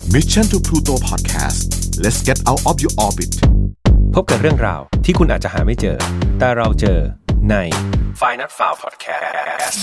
Mission to Pluto Podcast let's get out of your orbit พบกับเรื่องราวที่คุณอาจจะหาไม่เจอแต่เราเจอใน Find Not Found Podcast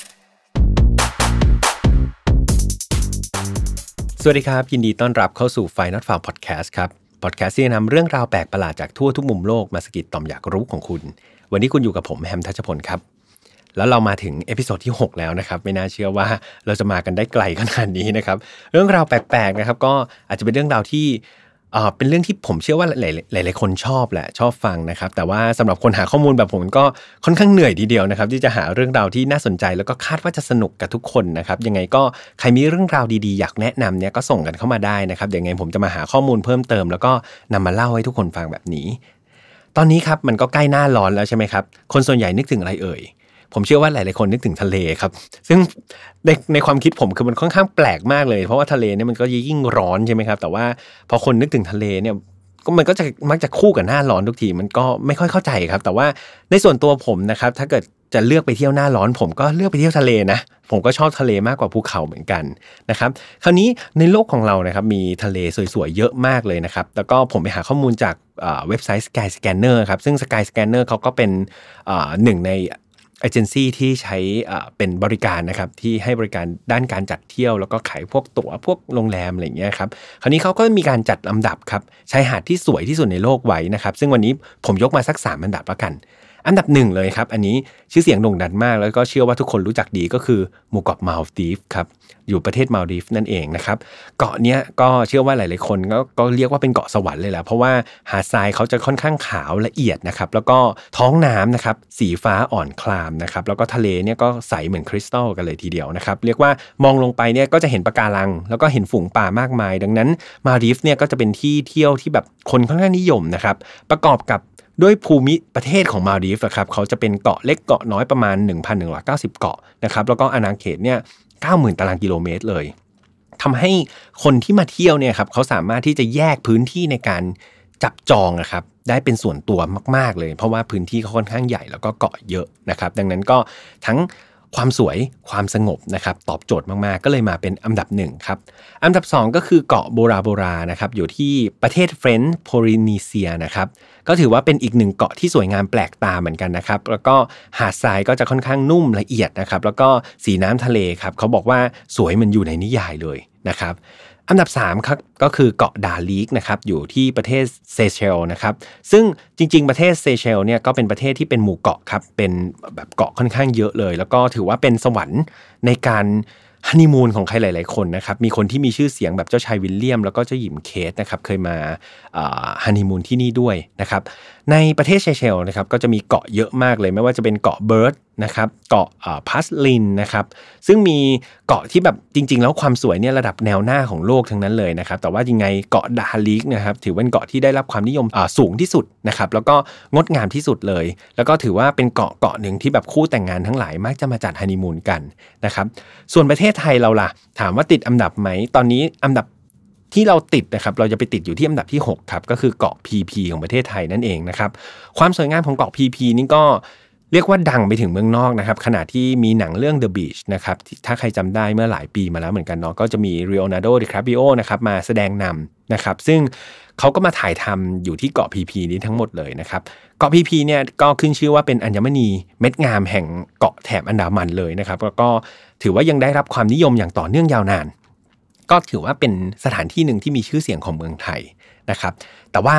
สวัสดีครับยินดีต้อนรับเข้าสู่ Find Not Found Podcast ครับ Podcast ที่นำเรื่องราวแปลกประหลาดจากทั่วทุกมุมโลกมาสะกิดต่อมอยากรู้ของคุณวันนี้คุณอยู่กับผมแฮมทัชพลครับแล้วเรามาถึงเอพิโซดที่6แล้วนะครับไม่น่าเชื่อว่าเราจะมากันได้ไกลขนาดนี้นะครับเรื่องราวแปลกๆนะครับก็อาจจะเป็นเรื่องราวที่เป็นเรื่องที่ผมเชื่อว่าหลายคนชอบแหละชอบฟังนะครับแต่ว่าสำหรับคนหาข้อมูลแบบผมก็ค่อนข้างเหนื่อยทีเดียวนะครับที่จะหาเรื่องราวที่น่าสนใจแล้วก็คาดว่าจะสนุกกับทุกคนนะครับยังไงก็ใครมีเรื่องราวดีๆอยากแนะนำเนี่ยก็ส่งกันเข้ามาได้นะครับเดี๋ยวไงผมจะมาหาข้อมูลเพิ่มเติมแล้วก็นำมาเล่าให้ทุกคนฟังแบบนี้ตอนนี้ครับมันก็ใกล้หน้าร้อนแล้วใช่ไหมครับคนส่วนใหญ่นึกถึงอะไรเอ่ยผมเชื่อว่าหลายๆคนนึกถึงทะเลครับซึ่งในความคิดผมคือมันค่อนข้างแปลกมากเลยเพราะว่าทะเลเนี่ยมันก็ยิ่งร้อนใช่ไหมครับแต่ว่าพอคนนึกถึงทะเลเนี่ยก็มันก็จะมักจะคู่กับหน้าร้อนทุกทีมันก็ไม่ค่อยเข้าใจครับแต่ว่าในส่วนตัวผมนะครับถ้าเกิดจะเลือกไปเที่ยวหน้าร้อนผมก็เลือกไปเที่ยวทะเลนะผมก็ชอบทะเลมากกว่าภูเขาเหมือนกันนะครับคราวนี้ในโลกของเรานะครับมีทะเลสวยๆเยอะมากเลยนะครับแล้วก็ผมไปหาข้อมูลจากเว็บไซต์ Skyscanner ครับซึ่ง Skyscanner เขาก็เป็นหนึ่งในเอเจนซี่ที่ใช้เป็นบริการนะครับที่ให้บริการด้านการจัดเที่ยวแล้วก็ขายพวกตั๋วพวกโรงแรมอะไรอย่างเงี้ยครับคราวนี้เขาก็มีการจัดลำดับครับชายหาดที่สวยที่สุดในโลกไว้นะครับซึ่งวันนี้ผมยกมาสัก3อันดับแล้วกันอันดับ1เลยครับอันนี้ชื่อเสียงโด่งดังมากแล้วก็เชื่อว่าทุกคนรู้จักดีก็คือหมู่เกาะมัลดีฟครับอยู่ประเทศมัลดีฟนั่นเองนะครับเกาะเนี้ยก็เชื่อว่าหลายๆคนก็เรียกว่าเป็นเกาะสวรรค์เลยแหละเพราะว่าหาดทรายเขาจะค่อนข้างขาวละเอียดนะครับแล้วก็ท้องน้ำนะครับสีฟ้าอ่อนคลามนะครับแล้วก็ทะเลเนี่ยก็ใสเหมือนคริสตัลกันเลยทีเดียวนะครับเรียกว่ามองลงไปเนี่ยก็จะเห็นปะการังแล้วก็เห็นฝูงปลามากมายดังนั้นมัลดีฟเนี่ยก็จะเป็นที่เที่ยวที่แบบคนค่อนข้างนิยมนะครับประกอบกับด้วยภูมิประเทศของมัลดีฟครับเขาจะเป็นเกาะเล็กเกาะน้อยประมาณ 1,190 เกาะนะครับแล้วก็อาณาเขตเนี่ย 90,000 ตารางกิโลเมตรเลยทำให้คนที่มาเที่ยวเนี่ยครับเขาสามารถที่จะแยกพื้นที่ในการจับจองนะครับได้เป็นส่วนตัวมากๆเลยเพราะว่าพื้นที่เขาค่อนข้างใหญ่แล้วก็เกาะเยอะนะครับดังนั้นก็ทั้งความสวยความสงบนะครับตอบโจทย์มากๆก็เลยมาเป็นอันดับ1ครับอันดับ2ก็คือเกาะโบรานะครับอยู่ที่ประเทศเฟรนช์โพลินีเซียนะครับก็ถือว่าเป็นอีกหนึ่งเกาะที่สวยงามแปลกตาเหมือนกันนะครับแล้วก็หาดทรายก็จะค่อนข้างนุ่มละเอียดนะครับแล้วก็สีน้ำทะเลครับเขาบอกว่าสวยเหมือนอยู่ในนิยายเลยนะครับอันดับ3ครับก็คือเกาะดาลีกนะครับอยู่ที่ประเทศเซเชลนะครับซึ่งจริงๆประเทศเซเชลเนี่ยก็เป็นประเทศที่เป็นหมู่เกาะครับเป็นแบบเกาะค่อนข้างเยอะเลยแล้วก็ถือว่าเป็นสวรรค์ในการฮันนีมูนของใครหลายๆคนนะครับมีคนที่มีชื่อเสียงแบบเจ้าชายวิลเลียมแล้วก็เจ้าหญิงเคทนะครับเคยมาฮันนีมูนที่นี่ด้วยนะครับในประเทศเซเชลนะครับก็จะมีเกาะเยอะมากเลยไม่ว่าจะเป็นเกาะเบิร์ดนะครับเกาะพัสลินนะครับซึ่งมีเกาะที่แบบจริงๆแล้วความสวยเนี่ยระดับแนวหน้าของโลกทั้งนั้นเลยนะครับแต่ว่ายังไงเกาะดาลีกนะครับถือเป็นเกาะที่ได้รับความนิยมสูงที่สุดนะครับแล้วก็งดงามที่สุดเลยแล้วก็ถือว่าเป็นเกาะหนึ่งที่แบบคู่แต่งงานทั้งหลายมักจะมาจัดฮันนีมูนกันนะครับส่วนประเทศไทยเราล่ะถามว่าติดอันดับไหมตอนนี้อันดับที่เราติดนะครับเราจะไปติดอยู่ที่อันดับที่6ครับก็คือเกาะ PP ของประเทศไทยนั่นเองนะครับความสวยงามของเกาะ PP นี่ก็เรียกว่าดังไปถึงเมืองนอกนะครับขณะที่มีหนังเรื่อง The Beach นะครับถ้าใครจำได้เมื่อหลายปีมาแล้วเหมือนกันเนาะก็จะมี Leonardo DiCaprio นะครับมาแสดงนำนะครับซึ่งเขาก็มาถ่ายทำอยู่ที่เกาะ PP นี้ทั้งหมดเลยนะครับเกาะ PP เนี่ยก็ขึ้นชื่อว่าเป็นอัญมณีเม็ดงามแห่งเกาะแถบอันดามันเลยนะครับแล้วก็ถือว่ายังได้รับความนิยมอย่างต่อเนื่องยาวนานก็ถือว่าเป็นสถานที่หนึ่งที่มีชื่อเสียงของเมืองไทยนะครับแต่ว่า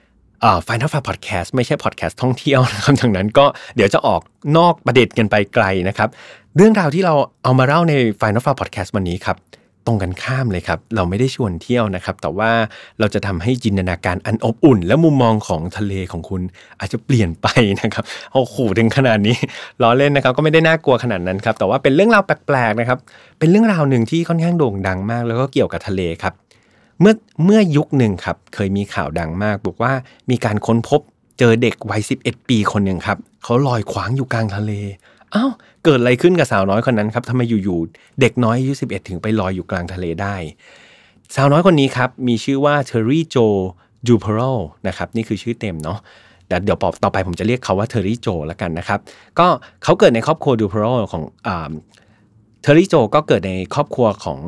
Find Not Found Podcast ไม่ใช่พอดแคสต์ท่องเที่ยวนะครับดังนั้นก็เดี๋ยวจะออกนอกประเด็นกันไปไกลนะครับเรื่องราวที่เราเอามาเล่าใน Find Not Found Podcast วันนี้ครับตรงกันข้ามเลยครับเราไม่ได้ชวนเที่ยวนะครับแต่ว่าเราจะทำให้จินตนาการอันอบอุ่นและมุมมองของทะเลของคุณอาจจะเปลี่ยนไปนะครับโอ้โหถึงขนาดนี้ล้อเล่นนะครับก็ไม่ได้น่ากลัวขนาดนั้นครับแต่ว่าเป็นเรื่องราวแปลกๆนะครับเป็นเรื่องราวหนึ่งที่ค่อนข้างโด่งดังมากแล้วก็เกี่ยวกับทะเลครับเมื่อยุคหนึ่งครับเคยมีข่าวดังมากบอกว่ามีการค้นพบเจอเด็กวัย11 ปีคนหนึ่งครับเขาลอยขวางอยู่กลางทะเลอ้าวเกิดอะไรขึ้นกับสาวน้อยคนนั้นครับทำไมอยู่ๆเด็กน้อยอายุ11ถึงไปลอยอยู่กลางทะเลได้สาวน้อยคนนี้ครับมีชื่อว่าเทอร์รี่โจจูเพโรนะครับนี่คือชื่อเต็มเนาะเดี๋ยวต่อไปผมจะเรียกเขาว่าเทอร์รี่โจแล้วกันนะครับก็เขาเกิดในครอบครัวจูเพโรของเทอร์รี่โจก็เกิดในครอบครัวของ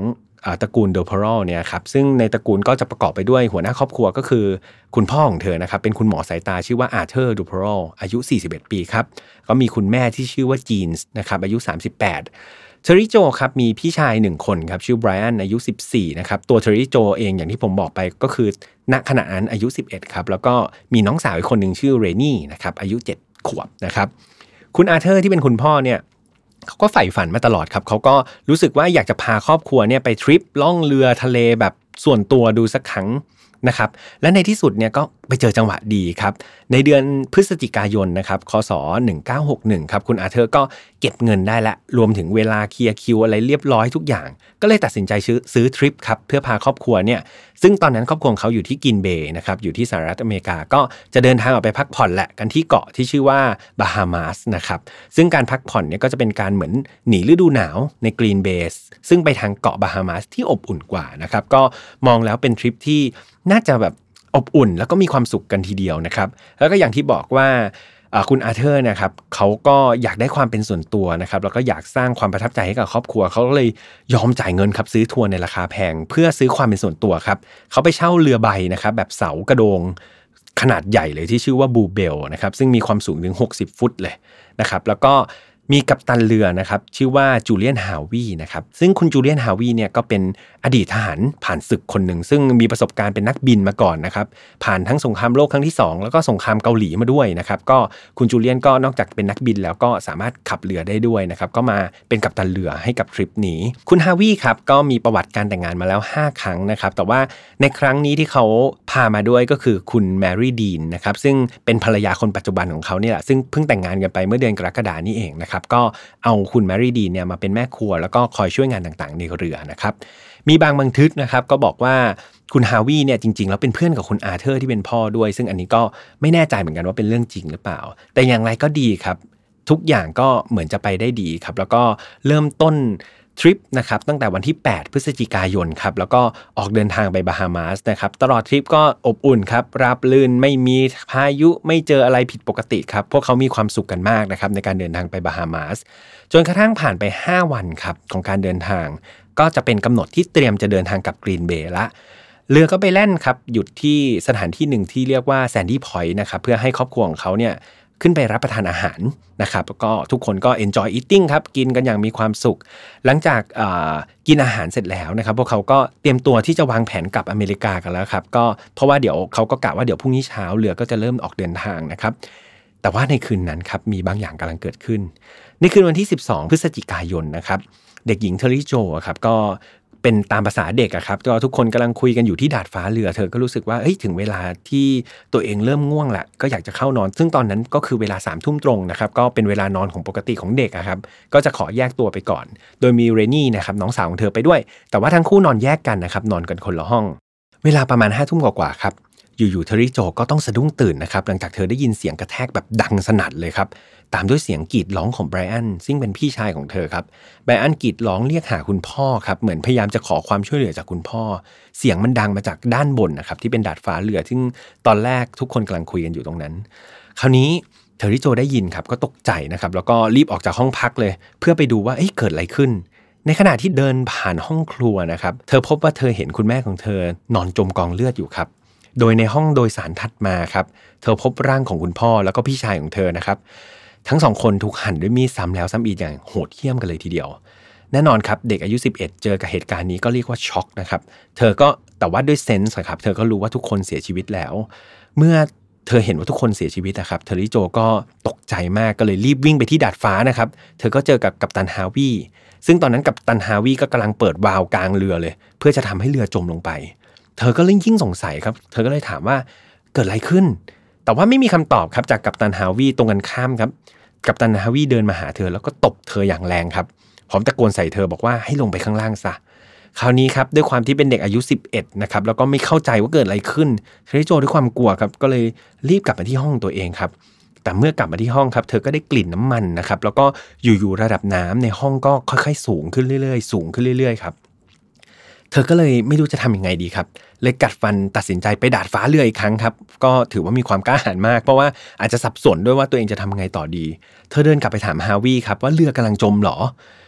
ตระกูลเดอเพอรัลเนี่ยครับซึ่งในตระกูลก็จะประกอบไปด้วยหัวหน้าครอบครัวก็คือคุณพ่อของเธอนะครับเป็นคุณหมอสายตาชื่อว่าอาร์เธอร์เดอเพอรัลอายุ41ปีครับก็มีคุณแม่ที่ชื่อว่าจีนส์นะครับอายุ38เทอริโจครับมีพี่ชาย1คนครับชื่อไบรอันอายุ14นะครับตัวเทอริโจเองอย่างที่ผมบอกไปก็คือณขณะนั้นอายุ11ครับแล้วก็มีน้องสาวอีกคนนึงชื่อเรนี่นะครับอายุ7ขวบนะครับคุณอาร์เธอร์ที่เป็นคุณพ่อเนี่ยเขาก็ใฝ่ฝันมาตลอดครับเขาก็รู้สึกว่าอยากจะพาครอบครัวเนี่ยไปทริปล่องเรือทะเลแบบส่วนตัวดูสักครั้งนะครับและในที่สุดเนี่ยก็ไปเจอจังหวะดีครับในเดือนพฤศจิกายนนะครับคศ1961ครับคุณอาร์เธอร์ก็เก็บเงินได้ละรวมถึงเวลาเคลียร์คิวอะไรเรียบร้อยทุกอย่างก็เลยตัดสินใจซื้อทริปครับเพื่อพาครอบครัวเนี่ยซึ่งตอนนั้นครอบครัวเขาอยู่ที่กินเบย์นะครับอยู่ที่สหรัฐอเมริกาก็จะเดินทางออกไปพักผ่อนแหละกันที่เกาะที่ชื่อว่าบาฮามาสนะครับซึ่งการพักผ่อนเนี่ยก็จะเป็นการเหมือนหนีฤดูหนาวในกรีนเบย์ซึ่งไปทางเกาะบาฮามาสที่อบอุ่นกว่านะครับก็มองแล้วเป็นทริปที่น่าจะแบบอบอุ่นแล้วก็มีความสุขกันทีเดียวนะครับแล้วก็อย่างที่บอกว่าคุณอาร์เธอร์นะครับเขาก็อยากได้ความเป็นส่วนตัวนะครับแล้วก็อยากสร้างความประทับใจให้กับครอบครัวเขาก็เลยยอมจ่ายเงินครับซื้อทัวร์ในราคาแพงเพื่อซื้อความเป็นส่วนตัวครับเขาไปเช่าเรือใบนะครับแบบเสากระโดงขนาดใหญ่เลยที่ชื่อว่าบูเบลนะครับซึ่งมีความสูงถึง60ฟุตเลยนะครับแล้วก็มีกัปตันเรือนะครับชื่อว่าจูเลียนฮาวีนะครับซึ่งคุณจูเลียนฮาวีเนี่ยก็เป็นอดีตทหารผ่านศึกคนหนึ่งซึ่งมีประสบการณ์เป็นนักบินมาก่อนนะครับผ่านทั้งสงครามโลกครั้งที่2แล้วก็สงครามเกาหลีมาด้วยนะครับก็คุณจูเลียนก็นอกจากเป็นนักบินแล้วก็สามารถขับเรือได้ด้วยนะครับก็มาเป็นกัปตันเรือให้กับทริปนี้คุณฮาวีครับก็มีประวัติการแต่งงานมาแล้ว5ครั้งนะครับแต่ว่าในครั้งนี้ที่เขาพามาด้วยก็คือคุณแมรี่ดีนนะครับซึ่งเป็นภรรยาคนปัจจุบันของเขาเนี่ยแหละซึ่งเพิ่งแต่งงานกันไปเมื่อเดือนกรกฎาคมนี้เองนะครับก็เอาคุณแมรี่ดีนเนี่ยมาเป็นแม่ครัวแล้วก็คอยช่วยงานต่างๆในเรือนะครับมีบางบันทึกนะครับก็บอกว่าคุณฮาวีเนี่ยจริงๆแล้วเป็นเพื่อนกับคุณอาร์เธอร์ที่เป็นพ่อด้วยซึ่งอันนี้ก็ไม่แน่ใจเหมือนกันว่าเป็นเรื่องจริงหรือเปล่าแต่อย่างไรก็ดีครับทุกอย่างก็เหมือนจะไปได้ดีครับแล้วก็เริ่มต้นทริปนะครับตั้งแต่วันที่8พฤศจิกายนครับแล้วก็ออกเดินทางไปบาฮามาสนะครับตลอดทริปก็อบอุ่นครับราบรื่นไม่มีพายุไม่เจออะไรผิดปกติครับพวกเขามีความสุขกันมากนะครับในการเดินทางไปบาฮามาสจนกระทั่งผ่านไป5วันครับของการเดินทางก็จะเป็นกำหนดที่เตรียมจะเดินทางกับกรีนเบย์ละเรือก็ไปแล่นครับหยุดที่สถานที่หนึ่งที่เรียกว่าแซนดี้พอยต์นะครับเพื่อให้ครอบครัวของเขาเนี่ยขึ้นไปรับประทานอาหารนะครับแล้วก็ทุกคนก็ enjoy eating ครับกินกันอย่างมีความสุขหลังจากกินอาหารเสร็จแล้วนะครับพวกเขาก็เตรียมตัวที่จะวางแผนกลับอเมริกากันแล้วครับก็เพราะว่าเดี๋ยวเขาก็กะว่าเดี๋ยวพรุ่งนี้เช้าเรือก็จะเริ่มออกเดินทางนะครับแต่ว่าในคืนนั้นครับมีบางอย่างกำลังเกิดขึ้นในคืนวันที่12พฤศจิกายนนะครับเด็กหญิงเทอริโจครับก็เป็นตามภาษาเด็กอะครับก็ทุกคนกำลังคุยกันอยู่ที่ดาดฟ้าเรือเธอก็รู้สึกว่าถึงเวลาที่ตัวเองเริ่มง่วงละก็อยากจะเข้านอนซึ่งตอนนั้นก็คือเวลา3 ทุ่มตรงนะครับก็เป็นเวลานอนของปกติของเด็กอะครับก็จะขอแยกตัวไปก่อนโดยมีเรนี่นะครับน้องสาวของเธอไปด้วยแต่ว่าทั้งคู่นอนแยกกันนะครับนอนกันคนละห้องเวลาประมาณ5 ทุ่มกว่าครับอยู่ๆเทอริโจก็ต้องสะดุ้งตื่นนะครับหลังจากเธอได้ยินเสียงกระแทกแบบดังสนั่นเลยครับตามด้วยเสียงกรีดร้องของไบรอันซึ่งเป็นพี่ชายของเธอครับไบรอันกรีดร้องเรียกหาคุณพ่อครับเหมือนพยายามจะขอความช่วยเหลือจากคุณพ่อเสียงมันดังมาจากด้านบนนะครับที่เป็นดาดฟ้าเรือซึ่งตอนแรกทุกคนกำลังคุยกันอยู่ตรงนั้นคราวนี้เทอริโจได้ยินครับก็ตกใจนะครับแล้วก็รีบออกจากห้องพักเลยเพื่อไปดูว่าเกิดอะไรขึ้นในขณะที่เดินผ่านห้องครัวนะครับเธอพบว่าเธอเห็นคุณแม่ของเธอนอนจมกองเลือดอยู่ครับโดยในห้องโดยสารถัดมาครับเธอพบร่างของคุณพ่อแล้วก็พี่ชายของเธอนะครับทั้ง2คนถูกหั่นด้วยมีดซ้ำแล้วซ้ำอีกอย่างโหดเหี้ยมกันเลยทีเดียวแน่นอนครับเด็กอายุ11เจอกับเหตุการณ์นี้ก็เรียกว่าช็อกนะครับเธอก็แต่ว่าด้วยเซนส์ครับเธอก็รู้ว่าทุกคนเสียชีวิตแล้วเมื่อเธอเห็นว่าทุกคนเสียชีวิตนะครับเทอริโจก็ตกใจมากก็เลยรีบวิ่งไปที่ดาดฟ้านะครับเธอก็เจอกับกัปตันฮาวีซึ่งตอนนั้นกัปตันฮาวีก็กำลังเปิดวาล์วกลางเรือเลยเพื่อจะทำให้เรือจมลงไปเธอก็ยิ่งสงสัยครับเธอก็เลยถามว่าเกิดอะไรขึ้นแต่ว่าไม่มีคำตอบครับจากกัปตันฮาวีตรงกันข้ามครับกัปตันฮาวีเดินมาหาเธอแล้วก็ตบเธออย่างแรงครับพร้อมตะโกนใส่เธอบอกว่าให้ลงไปข้างล่างซะคราวนี้ครับด้วยความที่เป็นเด็กอายุ11นะครับแล้วก็ไม่เข้าใจว่าเกิดอะไรขึ้นเทอริโจด้วยความกลัวครับก็เลยรีบกลับมาที่ห้องตัวเองครับแต่เมื่อกลับมาที่ห้องครับเธอก็ได้กลิ่นน้ำมันนะครับแล้วก็อยู่ๆระดับน้ำในห้องก็ค่อยๆสูงขึ้นเรื่อยๆสูงขึ้นเรื่อยๆครับเธอก็เลยไม่รู้จะทำยังไงดีครับเลยกัดฟันตัดสินใจไปดาดฟ้าเรืออีกครั้งครับก็ถือว่ามีความกล้าหาญมากเพราะว่าอาจจะสับสนด้วยว่าตัวเองจะทำยังไงต่อดีเธอเดินกลับไปถามฮาวีครับว่าเรือกำลังจมหรอ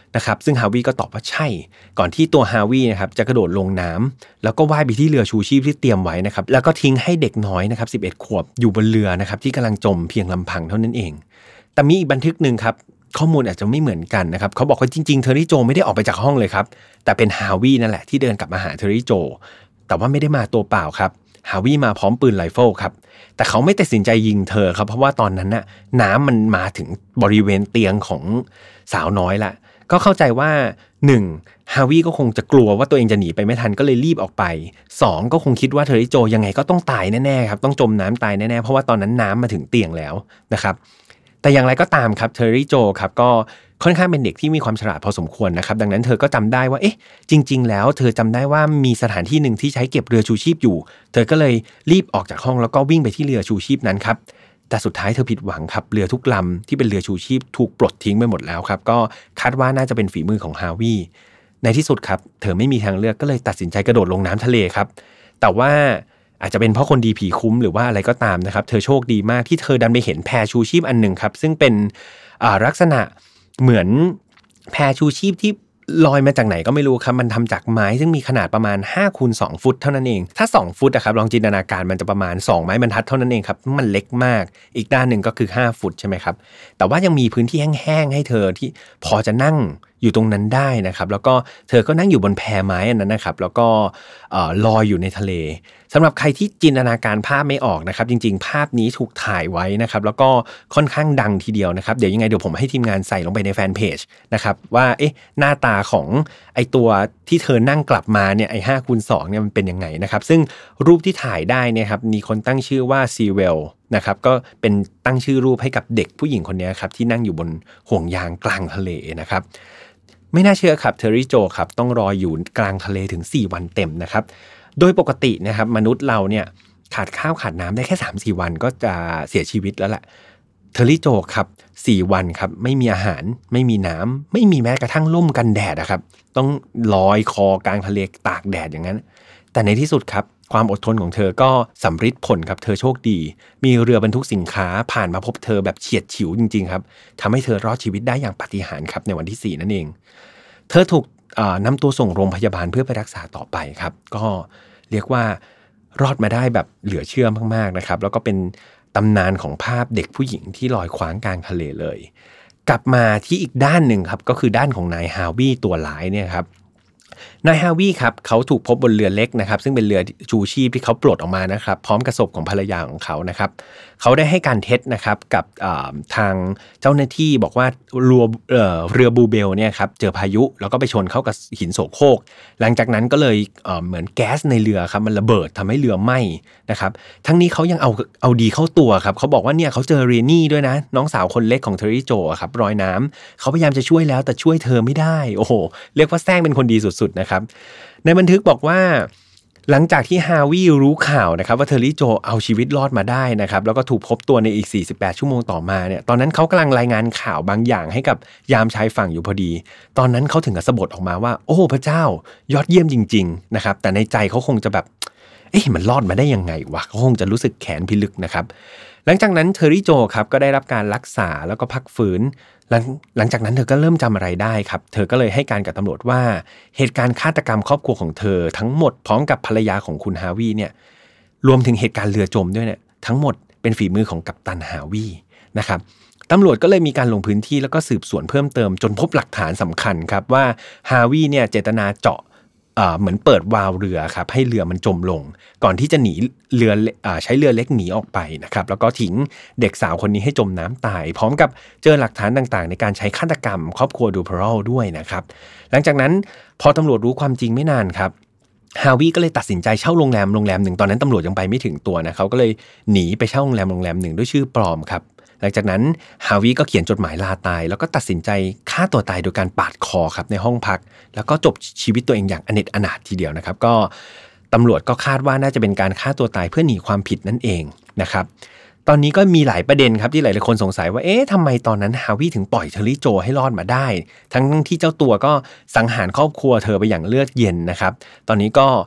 นะครับซึ่งฮาวิก็ตอบว่าใช่ก่อนที่ตัวฮาวินะครับจะกระโดดลงน้ำแล้วก็ว่ายไปที่เรือชูชีพที่เตรียมไว้นะครับแล้วก็ทิ้งให้เด็กน้อยนะครับ11 ขวบอยู่บนเรือนะครับที่กำลังจมเพียงลำพังเท่านั้นเองแต่มีอีกบันทึกนึงครับข้อมูลอาจจะไม่เหมือนกันนะครับเขาบอกว่าจริงๆเทอร์รี่โจไม่ได้ออกไปจากห้องเลยครับแต่เป็นฮาวินั่นแหละที่เดินกลับมาหาเทอร์รี่โจแต่ว่าไม่ได้มาตัวเปล่าครับฮาวิมาพร้อมปืนไรเฟิลครับแต่เขาไม่ตัดสินใจยิงเธอครับเพราะว่าตอนนั้นน่ะน้ำมันมาถึงบริเวณเตียงของสาวน้อยละก็เข้าใจว่า1ฮาวิก็คงจะกลัวว่าตัวเองจะหนีไปไม่ทันก็เลยรีบออกไป2ก็คงคิดว่าเทอร์รี่โจยังไงก็ต้องตายแน่ๆครับต้องจมน้ำตายแน่ๆเพราะว่าตอนนั้นน้ำมาถึงเตียงแล้วนะครับแต่อย่างไรก็ตามครับเทอร์รี่โจครับก็ค่อนข้างเป็นเด็กที่มีความฉลาดพอสมควรนะครับดังนั้นเธอก็จำได้ว่าเอ๊ะจริงๆแล้วเธอจำได้ว่ามีสถานที่หนึ่งที่ใช้เก็บเรือชูชีพอยู่เธอก็เลยรีบออกจากห้องแล้วก็วิ่งไปที่เรือชูชีพนั้นครับแต่สุดท้ายเธอผิดหวังครับเรือทุกลำที่เป็นเรือชูชีพถูกปลดทิ้งไปหมดแล้วครับก็คาดว่าน่าจะเป็นฝีมือของฮาวิในที่สุดครับเธอไม่มีทางเลือกก็เลยตัดสินใจกระโดดลงน้ำทะเลครับแต่ว่าอาจจะเป็นเพราะคนดีผีคุ้มหรือว่าอะไรก็ตามนะครับเธอโชคดีมากที่เธอดันไปเห็นแพชูชีพอันหนึ่งครับซึ่งเป็นลักษณะเหมือนแพชูชีพที่ลอยมาจากไหนก็ไม่รู้ครับมันทำจากไม้ซึ่งมีขนาดประมาณ5 คูณ 2 ฟุตเท่านั้นเองถ้า2 ฟุตนะครับลองจินตนาการมันจะประมาณ2 ไม้บรรทัดเท่านั้นเองครับมันเล็กมากอีกด้านหนึ่งก็คือ5 ฟุตใช่ไหมครับแต่ว่ายังมีพื้นที่แห้งๆให้เธอที่พอจะนั่งอยู่ตรงนั้นได้นะครับแล้วก็เธอก็นั่งอยู่บนแพไม้อันนั้นนะครับแล้วก็ลอยอยู่ในทะเลสำหรับใครที่จินตนาการภาพไม่ออกนะครับจริงๆภาพนี้ถูกถ่ายไว้นะครับแล้วก็ค่อนข้างดังทีเดียวนะครับเดี๋ยวยังไงเดี๋ยวผมให้ทีมงานใส่ลงไปในแฟนเพจนะครับว่าหน้าตาของไอตัวที่เธอนั่งกลับมาเนี่ยไอ้5 คูณ 2เนี่ยมันเป็นยังไงนะครับซึ่งรูปที่ถ่ายได้เนี่ยครับมีคนตั้งชื่อว่าซีเวลนะครับก็เป็นตั้งชื่อรูปให้กับเด็กผู้หญิงคนนี้ครับที่นั่งอยู่บนห่วงยางกลางทะเลนะครับไม่น่าเชื่อครับเทอร์รี่โจครับต้องรออยู่กลางทะเลถึง4 วันเต็มนะครับโดยปกตินะครับมนุษย์เราเนี่ยขาดข้าวขาดน้ำได้แค่ 3-4 วันก็จะเสียชีวิตแล้วแหละเทอร์รี่โจครับ4 วันครับไม่มีอาหารไม่มีน้ำไม่มีแม้กระทั่งร่มกันแดดนะครับต้องลอยคอกลางทะเลตากแดดอย่างนั้นแต่ในที่สุดครับความอดทนของเธอก็สำฤทธิ์ผลครับเธอโชคดีมีเรือบรรทุกสินค้าผ่านมาพบเธอแบบเฉียดฉิวจริงๆครับทำให้เธอรอดชีวิตได้อย่างปาฏิหาริย์ครับในวันที่4นั่นเองเธอถูกนำตัวส่งโรงพยาบาลเพื่อไปรักษาต่อไปครับก็เรียกว่ารอดมาได้แบบเหลือเชื่อมากๆนะครับแล้วก็เป็นตำนานของภาพเด็กผู้หญิงที่ลอยคว้างกลางทะเลเลยกลับมาที่อีกด้านหนึ่งครับก็คือด้านของนายฮาวิตัวร้ายเนี่ยครับนายฮาวิครับเขาถูกพบบนเรือเล็กนะครับซึ่งเป็นเรือชูชีพที่เขาปลดออกมานะครับพร้อมกับศพของภรรยาของเขานะครับเขาได้ให้การเท็จนะครับกับทางเจ้าหน้าที่บอกว่าเรือบูเบลเนี่ยครับเจอพายุแล้วก็ไปชนเข้ากับหินโสโครกหลังจากนั้นก็เลยเหมือนแก๊สในเรือครับมันระเบิดทำให้เรือไหม้นะครับทั้งนี้เขายังเอาดีเข้าตัวครับเขาบอกว่าเนี่ยเขาเจอเรนนี่ด้วยนะน้องสาวคนเล็กของเทอร์รี่โจครับลอยน้ำเขาพยายามจะช่วยแล้วแต่ช่วยเธอไม่ได้โอ้โหเรียกว่าแซงเป็นคนดีสุดๆนะครับในบันทึกบอกว่าหลังจากที่ฮาวิรู้ข่าวนะครับว่าเทอร์รี่โจเอาชีวิตรอดมาได้นะครับแล้วก็ถูกพบตัวในอีก48 ชั่วโมงต่อมาเนี่ยตอนนั้นเขากำลังรายงานข่าวบางอย่างให้กับยามชายฝั่งอยู่พอดีตอนนั้นเขาถึงกับสะบัดออกมาว่าโอ้พระเจ้ายอดเยี่ยมจริงๆนะครับแต่ในใจเขาคงจะแบบมันรอดมาได้ยังไงวะเขาคงจะรู้สึกแขนพิลึกนะครับหลังจากนั้นเทอร์รี่โจครับก็ได้รับการรักษาแล้วก็พักฟื้นหลังจากนั้นเธอก็เริ่มจำอะไรได้ครับเธอก็เลยให้การกับตำรวจว่าเหตุการณ์ฆาตกรรมครอบครัวของเธอทั้งหมดพร้อมกับภรรยาของคุณฮาวิเนี่ยรวมถึงเหตุการณ์เรือจมด้วยเนี่ยทั้งหมดเป็นฝีมือของกัปตันฮาวินะครับตำรวจก็เลยมีการลงพื้นที่แล้วก็สืบสวนเพิ่มเติมจนพบหลักฐานสำคัญครับว่าฮาวิเนี่ยเจตนาเจาะเหมือนเปิดวาล์วเรือครับให้เรือมันจมลงก่อนที่จะหนีเรือใช้เรือเล็กหนีออกไปนะครับแล้วก็ทิ้งเด็กสาวคนนี้ให้จมน้ำตายพร้อมกับเจอหลักฐานต่างๆในการใช้ฆาตกรรมครอบครัวดูเพอรัลด้วยนะครับหลังจากนั้นพอตำรวจรู้ความจริงไม่นานครับฮาวิก็เลยตัดสินใจเช่าโรงแรมหนึ่งตอนนั้นตำรวจยังไปไม่ถึงตัวนะเขาก็เลยหนีไปเช่าโรงแรมหนึ่งด้วยชื่อปลอมครับหลังจากนั้นฮาวิก็เขียนจดหมายลาตายแล้วก็ตัดสินใจฆ่าตัวตายโดยการปาดคอครับในห้องพักแล้วก็จบชีวิตตัวเองอย่างอเนจอนาถทีเดียวนะครับก็ตำรวจก็คาดว่าน่าจะเป็นการฆ่าตัวตายเพื่อหนีความผิดนั่นเองนะครับตอนนี้ก็มีหลายประเด็นครับที่หลายๆคนสงสัยว่าทำไมตอนนั้นฮาวิถึงปล่อยเทอร์รี่โจให้รอดมาได้ทั้งที่เจ้าตัวก็สังหารครอบครัวเธอไปอย่างเลือดเย็นนะครับตอนนี้ก็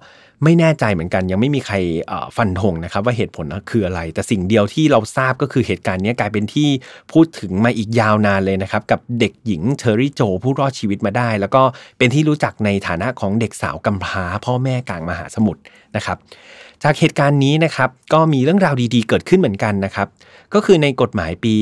ไม่แน่ใจเหมือนกันยังไม่มีใครฟันธงนะครับว่าเหตุผลคืออะไรแต่สิ่งเดียวที่เราทราบก็คือเหตุการณ์นี้กลายเป็นที่พูดถึงมาอีกยาวนานเลยนะครับกับเด็กหญิงเทอร์รี่โจผู้รอดชีวิตมาได้แล้วก็เป็นที่รู้จักในฐานะของเด็กสาวกำพร้าพ่อแม่กลางมหาสมุทรนะครับจากเหตุการณ์นี้นะครับก็มีเรื่องราวดีๆเกิดขึ้นเหมือนกันนะครับก็คือในกฎหมายปี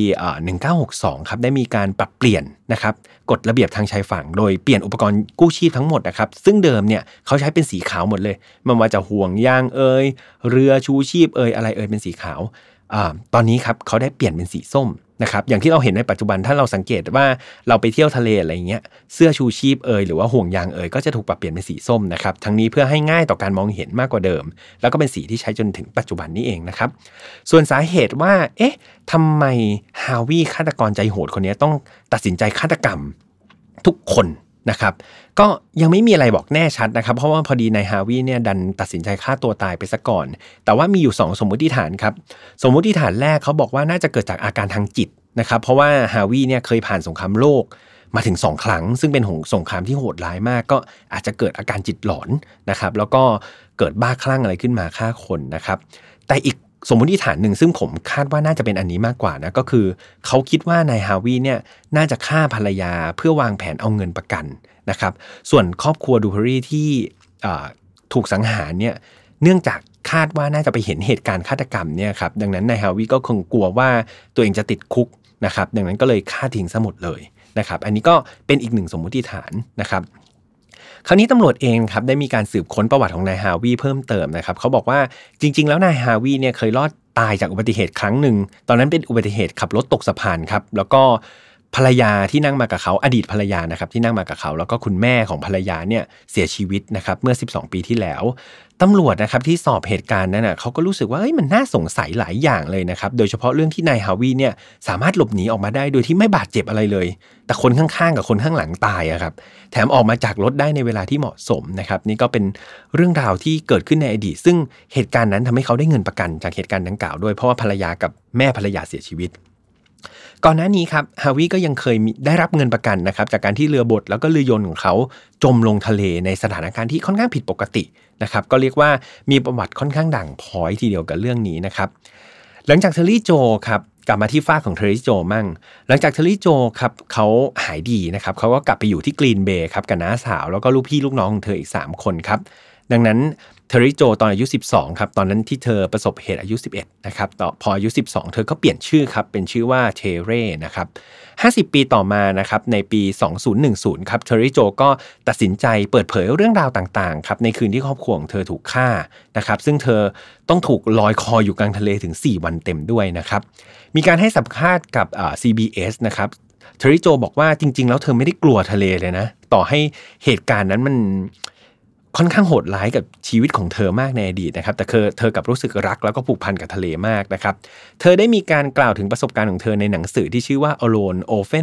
1962ครับได้มีการปรับเปลี่ยนนะครับกฎระเบียบทางชายฝั่งโดยเปลี่ยนอุปกรณ์กู้ชีพทั้งหมดนะครับซึ่งเดิมเนี่ยเขาใช้เป็นสีขาวหมดเลยไม่ว่าจะห่วงยางเรือชูชีพอะไรเป็นสีขาวตอนนี้ครับเขาได้เปลี่ยนเป็นสีส้มนะครับอย่างที่เราเห็นในปัจจุบันถ้าเราสังเกตว่าเราไปเที่ยวทะเลอะไรเงี้ยเสื้อชูชีพหรือว่าห่วงยางก็จะถูกปรับเปลี่ยนเป็นสีส้มนะครับทั้งนี้เพื่อให้ง่ายต่อการมองเห็นมากกว่าเดิมแล้วก็เป็นสีที่ใช้จนถึงปัจจุบันนี้เองนะครับส่วนสาเหตุว่าทำไมฮาวิฆาตกรใจโหดคนนี้ต้องตัดสินใจฆาตกรรมทุกคนนะครับก็ยังไม่มีอะไรบอกแน่ชัดนะครับเพราะว่าพอดีนายฮาวิเนี่ยดันตัดสินใจฆ่าตัวตายไปซะก่อนแต่ว่ามีอยู่2สมมติฐานครับสมมติฐานแรกเขาบอกว่าน่าจะเกิดจากอาการทางจิตนะครับเพราะว่าฮาวิเนี่ยเคยผ่านสงครามโลกมาถึง2ครั้งซึ่งเป็นสงครามที่โหดร้ายมากก็อาจจะเกิดอาการจิตหลอนนะครับแล้วก็เกิดบ้าคลั่งอะไรขึ้นมาฆ่าคนนะครับแต่อีกสมมติฐานหนึ่งซึ่งผมคาดว่าน่าจะเป็นอันนี้มากกว่านะก็คือเขาคิดว่านายฮาวิเนี่ยน่าจะฆ่าภรรยาเพื่อวางแผนเอาเงินประกันนะครับส่วนครอบครัวดูเพอรี่ที่ถูกสังหารเนี่ยเนื่องจากคาดว่าน่าจะไปเห็นเหตุการณ์ฆาตกรรมเนี่ยครับดังนั้นนายฮาวิก็คงกลัวว่าตัวเองจะติดคุกนะครับดังนั้นก็เลยฆ่าทิ้งซะหมดเลยนะครับอันนี้ก็เป็นอีกหนึ่งสมมติฐานนะครับคราวนี้ตำรวจเองครับได้มีการสืบค้นประวัติของนายฮาวิเพิ่มเติมนะครับเขาบอกว่าจริงๆแล้วนายฮาวิเนี่ยเคยรอดตายจากอุบัติเหตุครั้งหนึ่งตอนนั้นเป็นอุบัติเหตุขับรถตกสะพานครับแล้วก็ภรรยาที่นั่งมากับเขาอดีตภรรยานะครับที่นั่งมากับเขาแล้วก็คุณแม่ของภรรยาเนี่ยเสียชีวิตนะครับเมื่อ12ปีที่แล้วตำรวจนะครับที่สอบเหตุการณ์นั้นนะเขาก็รู้สึกว่ามันน่าสงสัยหลายอย่างเลยนะครับโดยเฉพาะเรื่องที่นายฮาวิเนี่ยสามารถหลบหนีออกมาได้โดยที่ไม่บาดเจ็บอะไรเลยแต่คนข้างๆกับคนข้างหลังตายครับแถมออกมาจากรถได้ในเวลาที่เหมาะสมนะครับนี่ก็เป็นเรื่องราวที่เกิดขึ้นในอดีตซึ่งเหตุการณ์นั้นทำให้เขาได้เงินประกันจากเหตุการณ์ดังกล่าวด้วยเพราะว่าภรรยากับแม่ภรรยาเสียชีวิตก่อนหน้านี้ครับฮาวิก็ยังเคยได้รับเงินประกันนะครับจากการที่เรือบดแล้วก็เรือยนต์ของเขาจมลงทะเลในสถานการณ์ที่ค่อนข้างผิดปกตินะครับก็เรียกว่ามีประวัติค่อนข้างด่างพร้อยทีเดียวกับเรื่องนี้นะครับหลังจากเทอร์รี่โจครับกลับมาที่ฝ้าของเทอร์รี่โจมั่งหลังจากเทอร์รี่โจครับเขาหายดีนะครับเขาก็กลับไปอยู่ที่กรีนเบย์ครับกับน้าสาวแล้วก็ลูกพี่ลูกน้องของเธออีก3คนครับดังนั้นเทอร์รี่โจตอนอายุ12ครับตอนนั้นที่เธอประสบเหตุอายุ11นะครับต่อพออายุ12เธอก็เปลี่ยนชื่อครับเป็นชื่อว่าเทเร่นะครับ50ปีต่อมานะครับในปี2010ครับเทอร์รี่โจก็ตัดสินใจเปิดเผยเรื่องราวต่างๆครับในคืนที่ครอบครัวของเธอถูกฆ่านะครับซึ่งเธอต้องถูกลอยคออยู่กลางทะเลถึง4วันเต็มด้วยนะครับมีการให้สัมภาษณ์กับCBS นะครับเทอร์รี่โจบอกว่าจริงๆแล้วเธอไม่ได้กลัวทะเลเลยนะต่อให้เหตุการณ์นั้นมันค่อนข้างโหดร้ายกับชีวิตของเธอมากในอดีตนะครับแต่เธอกับรู้สึกรักแล้วก็ผูกพันกับทะเลมากนะครับเธอได้มีการกล่าวถึงประสบการณ์ของเธอในหนังสือที่ชื่อว่า Alone Often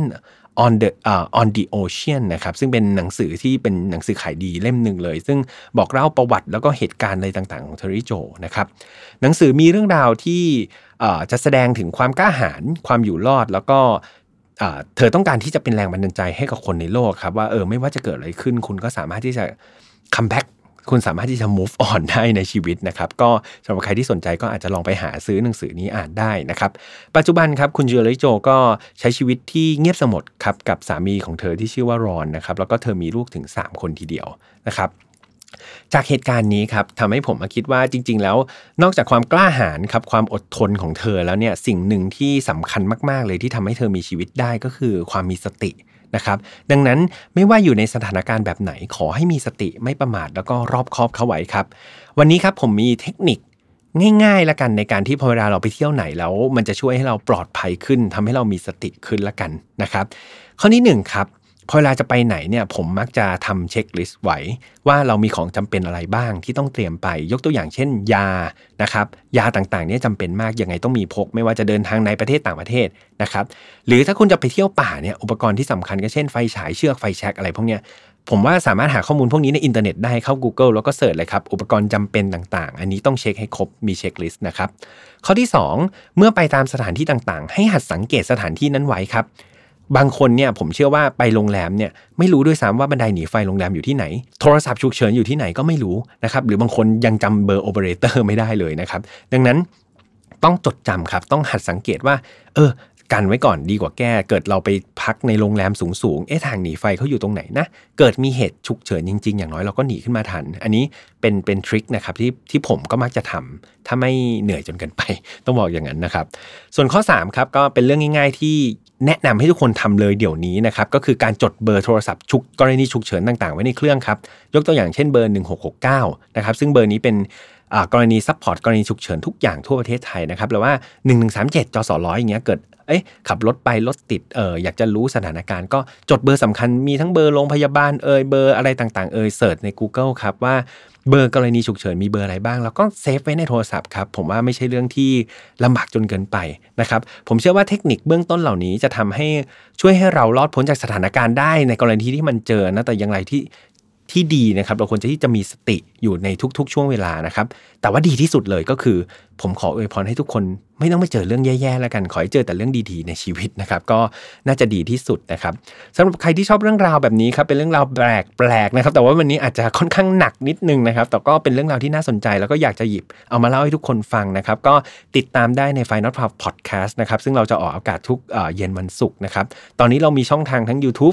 on the Ocean นะครับซึ่งเป็นหนังสือที่เป็นหนังสือขายดีเล่มหนึ่งเลยซึ่งบอกเล่าประวัติแล้วก็เหตุการณ์อะไรต่างๆของเทอร์รี่โจนะครับหนังสือมีเรื่องราวที่จะแสดงถึงความกล้าหาญความอยู่รอดแล้วก็เธอต้องการที่จะเป็นแรงบันดาลใจให้กับคนในโลกครับว่าไม่ว่าจะเกิดอะไรขึ้นคุณก็สามารถที่จะคัมแบ็กคุณสามารถที่จะ move on ได้ในชีวิตนะครับก็สำหรับใครที่สนใจก็อาจจะลองไปหาซื้อหนังสือนี้อ่านได้นะครับปัจจุบันครับคุณเทอร์รี่โจก็ใช้ชีวิตที่เงียบสงบครับกับสามีของเธอที่ชื่อว่ารอนนะครับแล้วก็เธอมีลูกถึง3คนทีเดียวนะครับจากเหตุการณ์นี้ครับทำให้ผมมาคิดว่าจริงๆแล้วนอกจากความกล้าหาญครับความอดทนของเธอแล้วเนี่ยสิ่งหนึ่งที่สำคัญมากๆเลยที่ทำให้เธอมีชีวิตได้ก็คือความมีสตินะครับดังนั้นไม่ว่าอยู่ในสถานการณ์แบบไหนขอให้มีสติไม่ประมาทแล้วก็รอบคอบเข้าไว้ครับวันนี้ครับผมมีเทคนิคง่ายๆละกันในการที่พอเวลาเราไปเที่ยวไหนแล้วมันจะช่วยให้เราปลอดภัยขึ้นทำให้เรามีสติขึ้นละกันนะครับข้อที่1ครับพอเวลาจะไปไหนเนี่ยผมมักจะทำเช็คลิสต์ไว้ว่าเรามีของจำเป็นอะไรบ้างที่ต้องเตรียมไปยกตัวอย่างเช่นยานะครับยาต่างๆเนี่ยจำเป็นมากยังไงต้องมีพกไม่ว่าจะเดินทางในประเทศต่างประเทศนะครับหรือถ้าคุณจะไปเที่ยวป่าเนี่ยอุปกรณ์ที่สำคัญก็เช่นไฟฉายเชือกไฟแช็กอะไรพวกเนี้ยผมว่าสามารถหาข้อมูลพวกนี้ในอินเทอร์เน็ตได้เข้า Google แล้วก็เสิร์ชเลยครับอุปกรณ์จำเป็นต่างๆอันนี้ต้องเช็คให้ครบมีเช็คลิสต์นะครับข้อที่2เมื่อไปตามสถานที่ต่างๆให้หัดสังเกตสถานที่นั้นไว้ครับบางคนเนี่ยผมเชื่อว่าไปโรงแรมเนี่ยไม่รู้ด้วยซ้ำว่าบันไดหนีไฟโรงแรมอยู่ที่ไหนโทรศัพท์ฉุกเฉินอยู่ที่ไหนก็ไม่รู้นะครับหรือบางคนยังจำเบอร์โอเปอเรเตอร์ไม่ได้เลยนะครับดังนั้นต้องจดจำครับต้องหัดสังเกตว่ากันไว้ก่อนดีกว่าแก้เกิดเราไปพักในโรงแรมสูงๆทางหนีไฟเขาอยู่ตรงไหนนะเกิดมีเหตุฉุกเฉินจริงๆอย่างน้อยเราก็หนีขึ้นมาทันอันนี้เป็นทริคนะครับที่ผมก็มักจะทำถ้าไม่เหนื่อยจนเกินไปต้องบอกอย่างนั้นนะครับส่วนข้อ3ครับก็เป็นเรื่องง่ายๆที่แนะนำให้ทุกคนทำเลยเดี๋ยวนี้นะครับก็คือการจดเบอร์โทรศัพท์กรณีฉุกเฉินต่างๆไว้ในเครื่องครับยกตัวอย่างเช่นเบอร์1669นะครับซึ่งเบอร์นี้เป็นกรณีซัพพอร์ตกรณีฉุกเฉินทุกอย่างทั่วประเทศไทยนะครับหรือว่า1137จสร้อยอย่างเงี้ยเกิดขับรถไปรถติดอยากจะรู้สถานการณ์ก็จดเบอร์สำคัญมีทั้งเบอร์โรงพยาบาลเบอร์อะไรต่างๆเสิร์ชใน Google ครับว่าเบอร์กรณีฉุกเฉินมีเบอร์อะไรบ้างแล้วก็เซฟไว้ในโทรศัพท์ครับผมว่าไม่ใช่เรื่องที่ลำบากจนเกินไปนะครับผมเชื่อว่าเทคนิคเบื้องต้นเหล่านี้จะทำให้ช่วยให้เรารอดพ้นจากสถานการณ์ได้ในกรณีที่มันเจอนะแต่อย่างไรที่ดีนะครับเราควรที่จะมีสติอยู่ในทุกๆช่วงเวลานะครับแต่ว่าดีที่สุดเลยก็คือผมขออวยพรให้ทุกคนไม่ต้องไปเจอเรื่องแย่ๆแล้วกันขอให้เจอแต่เรื่องดีๆในชีวิตนะครับก็น่าจะดีที่สุดนะครับสำหรับใครที่ชอบเรื่องราวแบบนี้ครับเป็นเรื่องราวแปลกๆนะครับแต่ว่าวันนี้อาจจะค่อนข้างหนักนิดนึงนะครับแต่ก็เป็นเรื่องราวที่น่าสนใจแล้วก็อยากจะหยิบเอามาเล่าให้ทุกคนฟังนะครับก็ติดตามได้ใน Find Not Far Podcast นะครับซึ่งเราจะออกอากาศทุกเย็นวันศุกร์นะครับตอนนี้เรามีช่องทางทั้ง YouTube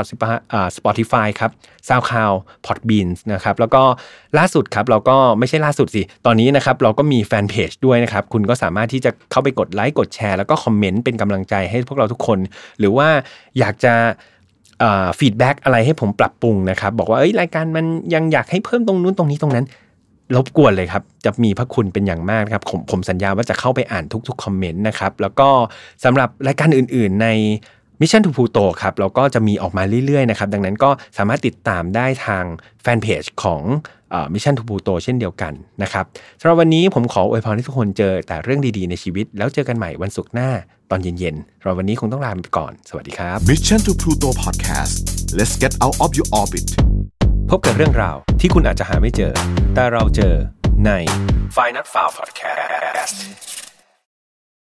Spotify ครับ SoundCloud Podbean นะครับแล้วก็ล่าสุดครับเราก็ไม่ใช่ล่าสุดสิตอนนี้นะครับเราก็มีแฟนเพจด้วยนะครับคุณก็สามารถที่จะเข้าไปกดไลค์กดแชร์แล้วก็คอมเมนต์เป็นกำลังใจให้พวกเราทุกคนหรือว่าอยากจะฟีดแบ็กอะไรให้ผมปรับปรุงนะครับบอกว่ารายการมันยังอยากให้เพิ่มตรงนู้นตรงนี้ตรงนั้นรบกวนเลยครับจะมีพระคุณเป็นอย่างมากครับผมสัญญาว่าจะเข้าไปอ่านทุกๆคอมเมนต์นะครับแล้วก็สำหรับรายการอื่นๆในMission to Pluto ครับเราก็จะมีออกมาเรื่อยๆนะครับดังนั้นก็สามารถติดตามได้ทางแฟนเพจของMission to Pluto เช่นเดียวกันนะครับสำหรับวันนี้ผมขออวยพรให้ทุกคนเจอแต่เรื่องดีๆในชีวิตแล้วเจอกันใหม่วันศุกร์หน้าตอนเย็นๆเราวันนี้คงต้องลาไปก่อนสวัสดีครับ Mission to Pluto Podcast Let's get out of your orbit พบกับเรื่องราวที่คุณอาจจะหาไม่เจอแต่เราเจอใน Find Not Far Podcast